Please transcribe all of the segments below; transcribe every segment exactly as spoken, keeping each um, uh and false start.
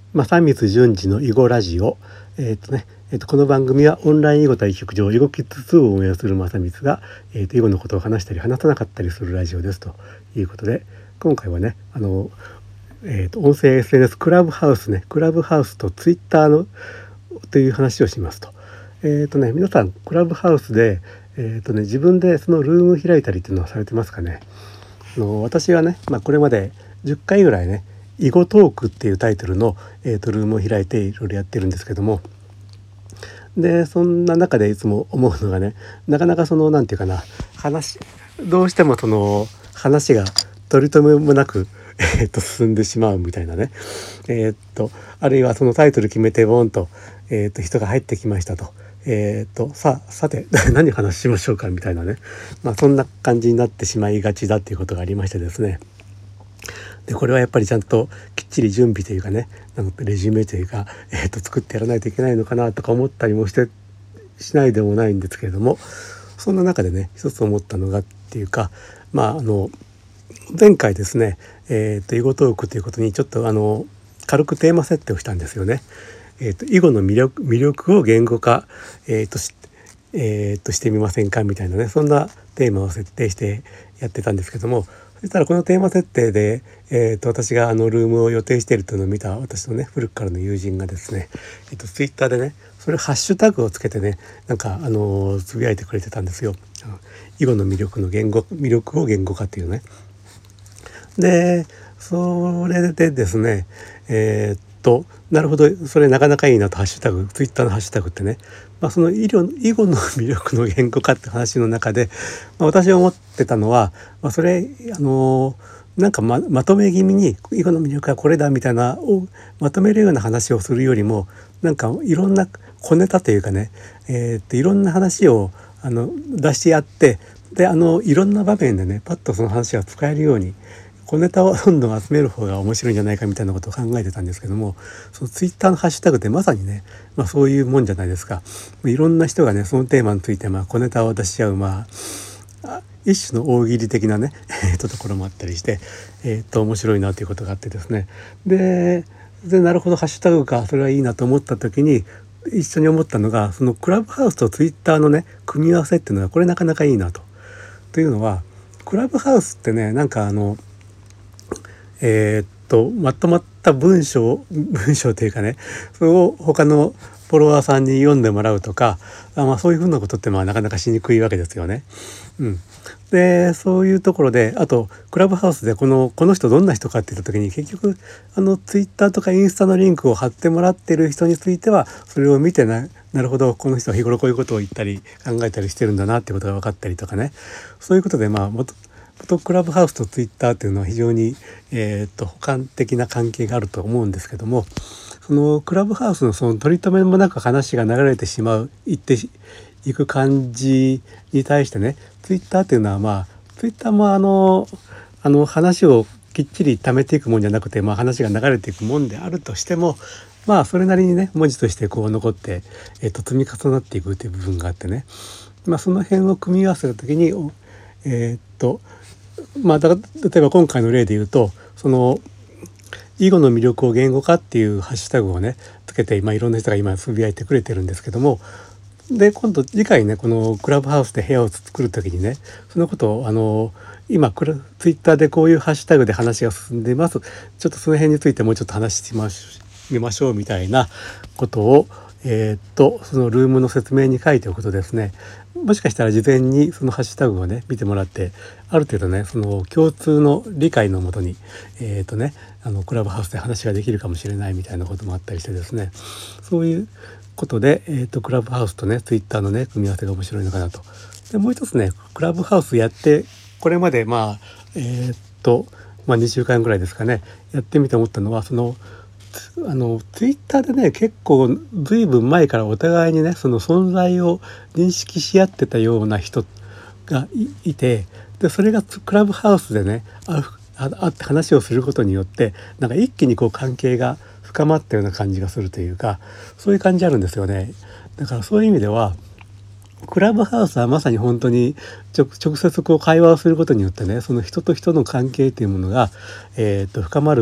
正光順次の囲碁ラジオ。えっ、とね、えっ、とこの番組はオンライン囲碁対局場囲碁キッズツーを運営する正光が、えっ、と囲碁のことを話したり話さなかったりするラジオですということで、今回はね、あの、えっ、と音声 エスエヌエス クラブハウスね、クラブハウスとツイッターのという話をしますと。えっ、とね、皆さんクラブハウスでえっ、とね、自分でそのルームを開いたりっていうのはされてますかね。あの私はね、まあ、これまでじゅっかいぐらいね、囲碁トークっていうタイトルの、えー、とルームを開いていろいろやってるんですけども、でそんな中でいつも思うのがね、なかなかそのなんていうかな、話どうしてもその話が取り留めもなくえー、と進んでしまうみたいなね、えー、とあるいはそのタイトル決めてボンと,、えー、と人が入ってきましたと。えー、とささて何話しましょうかみたいなね、まあ、そんな感じになってしまいがちだっていうことがありましてですね。でこれはやっぱりちゃんときっちり準備というかね、なんかレジュメというか、えー、と作ってやらないといけないのかなとか思ったりもしてしないでもないんですけれども、そんな中でね一つ思ったのがっていうか、まああの前回ですね、えー、と囲碁トークということにちょっとあの軽くテーマ設定をしたんですよね。えー、と囲碁の魅力魅力を言語化、えー、としえー、としてみませんかみたいなね、そんなテーマを設定してやってたんですけども、そしたらこのテーマ設定で、えー、と私があのルームを予定しているというのを見た私のね古くからの友人がですね、えー、とツイッターでねそれハッシュタグをつけてね、なんかあのつぶやいてくれてたんですよ。囲碁の魅力の言語魅力を言語化っていうね。でそれでですね、えー、っとなるほど、それなかなかいいなと、ハッシュタグツイッターのハッシュタグってね、まあ、その囲碁囲碁の魅力の言語化って話の中で、まあ、私が思ってたのは、まあ、それあのなんか ま, まとめ気味に囲碁の魅力はこれだみたいなをまとめるような話をするよりも、なんかいろんな小ネタというかね、えー、っといろんな話をあの出し合って、であのいろんな場面でねパッとその話が使えるように小ネタをどんどん集める方が面白いんじゃないかみたいなことを考えてたんですけども、そのツイッターのハッシュタグってまさにね、まあ、そういうもんじゃないですか。いろんな人がねそのテーマについてまあ小ネタを出し合う、まあ一種の大喜利的なねえー、とところもあったりして、えー、と面白いなということがあってですね。ででなるほど、ハッシュタグか、それはいいなと思った時に一緒に思ったのが、そのクラブハウスとツイッターのね組み合わせっていうのはこれなかなかいいなと。というのは、クラブハウスってね、なんかあのえー、っとまとまった文章文章というかね、それを他のフォロワーさんに読んでもらうとか、あ、まあ、そういうふうなことってまあなかなかしにくいわけですよね。うん、でそういうところで、あとクラブハウスでこのこの人どんな人かって言った時に、結局あのツイッターとかインスタのリンクを貼ってもらってる人については、それを見てななるほど、この人は日頃こういうことを言ったり考えたりしてるんだなっていうことが分かったりとかね、そういうことでまあもっととクラブハウスとツイッターっていうのは非常に、えー、と補完的な関係があると思うんですけども、そのクラブハウスのその取り留めもなく話が流れてしまういっていく感じに対してね、ツイッターっていうのはまあツイッターもあのあの話をきっちり貯めていくもんじゃなくて、まあ、話が流れていくもんであるとしても、まあそれなりにね文字としてこう残って、えー、と積み重なっていくという部分があってね、まあ、その辺を組み合わせた時にえー、っとまあ、だから例えば今回の例で言うと、その囲碁の魅力を言語化っていうハッシュタグをねつけて、まあ、いろんな人が今つぶやいてくれてるんですけども、で今度次回ねこのクラブハウスで部屋を作る時にね、そのことをあの今ツイッターでこういうハッシュタグで話が進んでいます、ちょっとその辺についてもうちょっと話してみましみましょうみたいなことを、えー、っとそのルームの説明に書いておくとですね、もしかしたら事前にそのハッシュタグをね見てもらって、ある程度ねその共通の理解のもとにえー、とねあのクラブハウスで話ができるかもしれないみたいなこともあったりしてですね、そういうことで、えー、とクラブハウスとねツイッターのね組み合わせが面白いのかなと。でもう一つね、クラブハウスやってこれまでまあえー、っとまあにしゅうかんぐらいですかねやってみて思ったのは、そのあのツイッターでね結構ずいぶん前からお互いにねその存在を認識し合ってたような人が い, いて、でそれがクラブハウスでね会って話をすることによって、なんか一気にこう関係が深まったような感じがするというか、そういう感じあるんですよね。だからそういう意味ではクラブハウスはまさに本当に 直, 直接こう会話をすることによってね、その人と人の関係というものが、えー、と深まるっ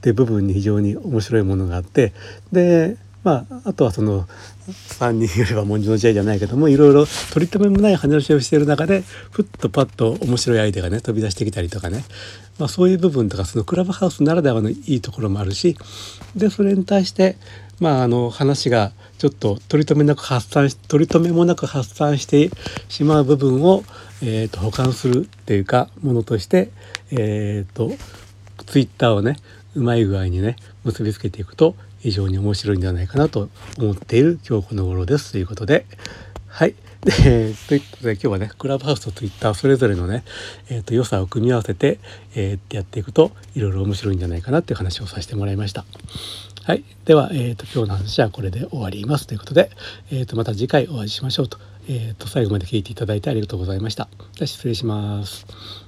っていう部分に非常に面白いものがあって、でまあ、あとはそのさんにんよれば文字の時代じゃないけども、いろいろ取り留めもない話をしている中でふっとパッと面白いアイデアがね飛び出してきたりとかね、まあ、そういう部分とかそのクラブハウスならではのいいところもあるし、でそれに対して、まあ、あの話がちょっと取り留めなく発散し取り留めもなく発散してしまう部分を、えー、と補完するっていうかものとして、えー、とツイッターをねうまい具合にね結びつけていくと非常に面白いんじゃないかなと思っている今日この頃ですということで、はいでということで今日はねクラブハウスとツイッターそれぞれのね、えー、と良さを組み合わせて、えー、やっていくといろいろ面白いんじゃないかなっていう話をさせてもらいました。はい、では、えー、と今日の話はこれで終わりますということで、えー、とまた次回お会いしましょうと、えー、と最後まで聞いていただいてありがとうございました。じゃあ失礼します。